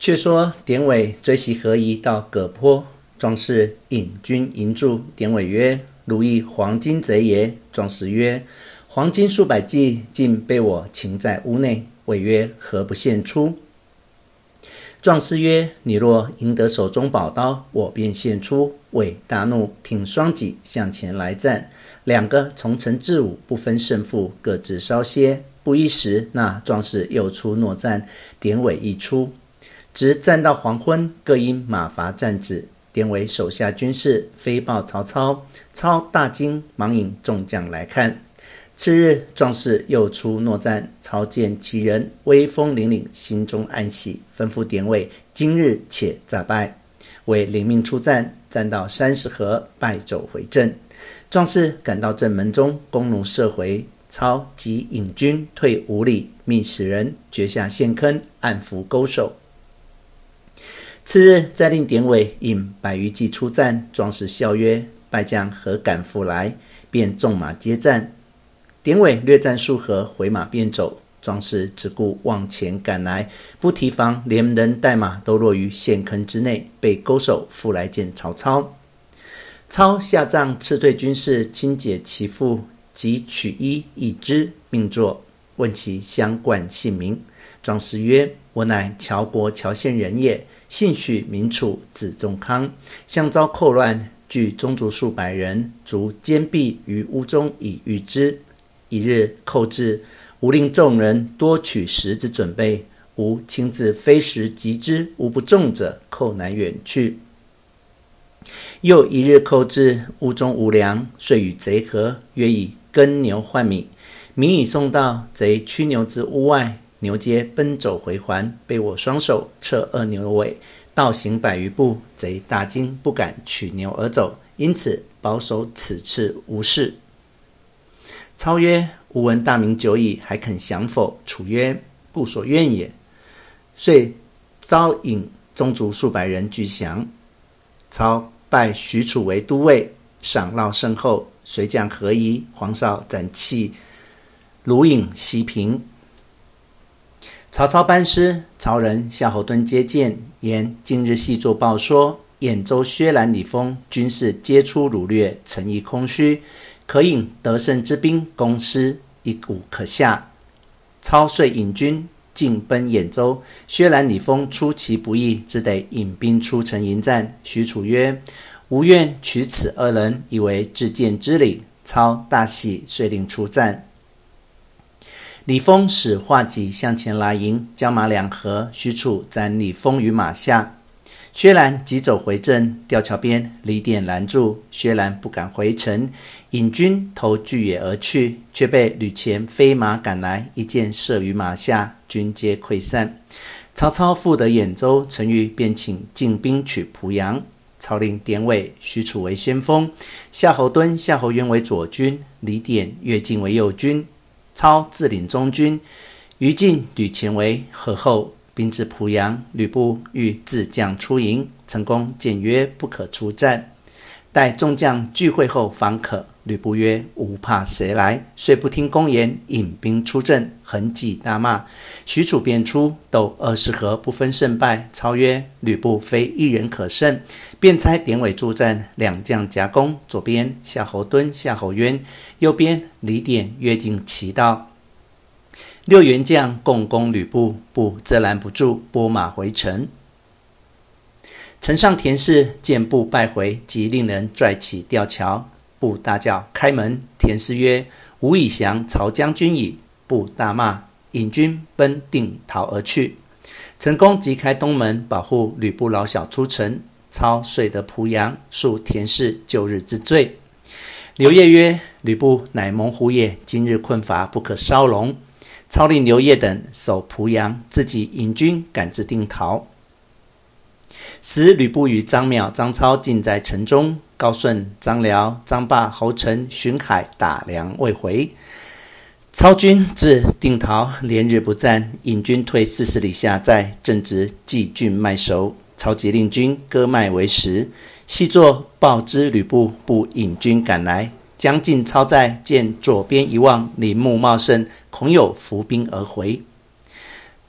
却说典韦追袭何夷到葛坡，壮士引军迎驻。典韦曰：汝亦黄巾贼也？壮士曰：黄巾数百骑，竟被我擒在屋内。韦曰：何不献出？壮士曰：你若赢得手中宝刀，我便献出。韦大怒，挺双戟向前来战，两个从城至武，不分胜负，各自稍歇。不一时，那壮士又出诺战，典韦亦出，直战到黄昏，各因马乏战止。典韦手下军士飞报曹操，操大惊，忙引众将来看。次日，壮士又出诺战，操见其人威风凛凛，心中暗喜，吩咐典韦今日且诈败。韦领命出战，战到30合，败走回阵。壮士赶到阵门中，弓弩射回，操即引军退5里，命使人掘下陷坑，暗伏勾手。次日，再令典韦引100余骑出战，壮士笑曰：败将何敢复来？便纵马接战。典韦略战数合，回马便走。壮士只顾往前赶来，不提防连人带马都落于陷坑之内，被勾手复来见曹操。操下帐斥退军士，轻解其缚，即取衣一之，命作，问其相冠姓名。壮士曰：我乃乔国乔县人也，姓许，名楚，字仲康。相遭寇乱，聚宗族数百人，卒坚壁于屋中以御之。一日寇至，吾令众人多取食之准备，吾亲自飞石击之，无不中者，寇乃远去。又一日寇至，屋中无粮，遂与贼合，约以耕牛换米。米已送到，贼驱牛至屋外，牛皆奔走回还，被我双手掣2牛尾，倒行100余步。贼大惊，不敢取牛而走，因此保守此次无事。操曰：吾闻大名久矣，还肯降否？楚曰：故所愿也。遂招引宗族数百人俱降。操拜许褚为都尉，赏烙甚厚，随将何夷、黄绍斩弃卢隐、西平。曹操班师，曹仁、夏侯惇接见，言近日细作报说，兖州薛兰、李丰军士皆出掳掠，城邑空虚，可引得胜之兵攻师，一鼓可下。操遂引军进奔兖州，薛兰、李丰出其不意，只得引兵出城迎战。许褚曰：吾愿取此2人，以为至谏之礼。操大喜，遂令出战。李丰使画戟向前来迎，交马2合，许褚斩李丰于马下。薛兰急走回阵，吊桥边李典拦住，薛兰不敢回城，引军投巨野而去，却被吕虔飞马赶来，一箭射于马下，军皆溃散。曹操复得兖州，陈馀便请进兵取濮阳。操令典韦、许褚为先锋，夏侯惇、夏侯渊为左军，李典、乐进为右军，操自领中军，于禁、吕虔为合后。兵至濮阳，吕布欲自将出营，陈宫谏曰：不可出战，待众将聚会后方可。吕布曰：吾怕谁来？遂不听公言，引兵出阵，横戟大骂。许褚便出，斗20合，不分胜败。操曰：吕布非一人可胜，便差典韦助战，两将夹攻，左边夏侯惇、夏侯渊，右边李典、乐进齐到。6员将共攻吕布，布遮拦不住，拨马回城。城上田氏见布败回，即令人拽起吊桥。布大叫开门，田氏曰：吾已降曹将军矣。布大骂，引军奔定逃而去。陈宫即开东门，保护吕布老小出城。操遂得濮阳，恕田氏旧日之罪。刘烨曰：吕布乃猛虎也，今日困乏，不可稍容。操令刘烨等守濮阳，自己引军赶至定陶。时吕布与张邈、张超尽在城中，高顺、张辽、张霸、侯成、荀海打粮未回。操军至定陶，连日不战，引军退40里下寨，正值季郡麦熟。操即令军割麦为食。细作报之吕布，不引军赶来。将近操寨，见左边一望，林木茂盛，恐有伏兵而回。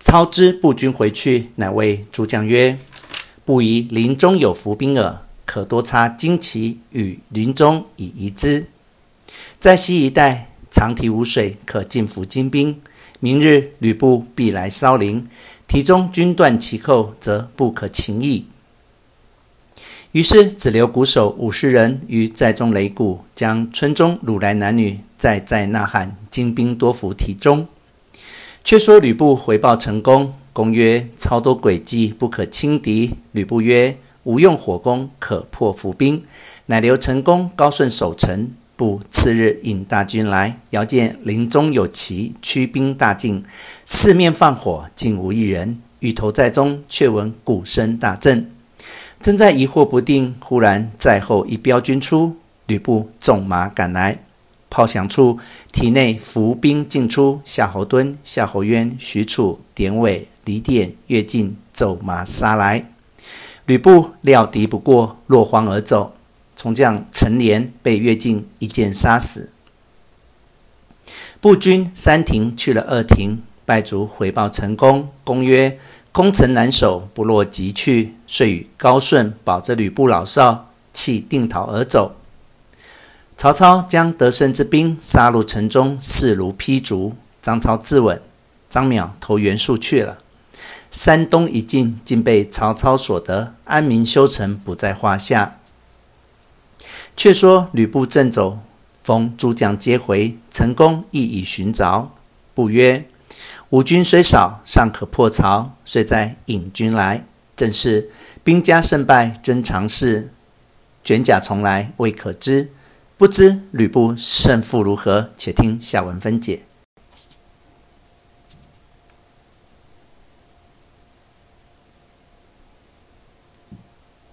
操之步军回去，乃谓诸将曰：不疑林中有伏兵耳，可多插旌旗与林中以疑之。在西一带长堤无水，可进伏金兵。明日吕布必来烧林，堤中军断其寇，则不可擒矣。于是只留鼓手50人于寨中擂鼓，将村中掳来男女在呐喊，精兵多伏堤中。却说吕布回报成功，公曰：操多诡计，不可轻敌。吕布曰：无用火攻，可破伏兵。乃留成功、高顺守城。布次日引大军来，遥见林中有旗，驱兵大进，四面放火，竟无一人。欲投寨中，却闻鼓声大震。正在疑惑不定，忽然寨后一彪军出，吕布纵马赶来。炮响处，体内伏兵尽出，夏侯惇、夏侯渊、许褚、典韦、李典、乐进走马杀来。吕布料敌不过，落荒而走。从将陈连被乐进一箭杀死。步军3亭去了2亭，败卒回报成功。公曰：攻城难守，不若急去。遂与高顺保着吕布老少，弃定陶而走。曹操将得胜之兵杀入城中，势如劈竹。张超自刎，张邈投袁术去了。山东一境竟被曹操所得，安民修城不在话下。却说吕布正走，逢诸将皆回，成功亦已寻着。布曰：吾军虽少，尚可破曹，遂在引军来。正是兵家胜败真常事，卷甲重来未可知。不知吕布胜负如何？且听下文分解。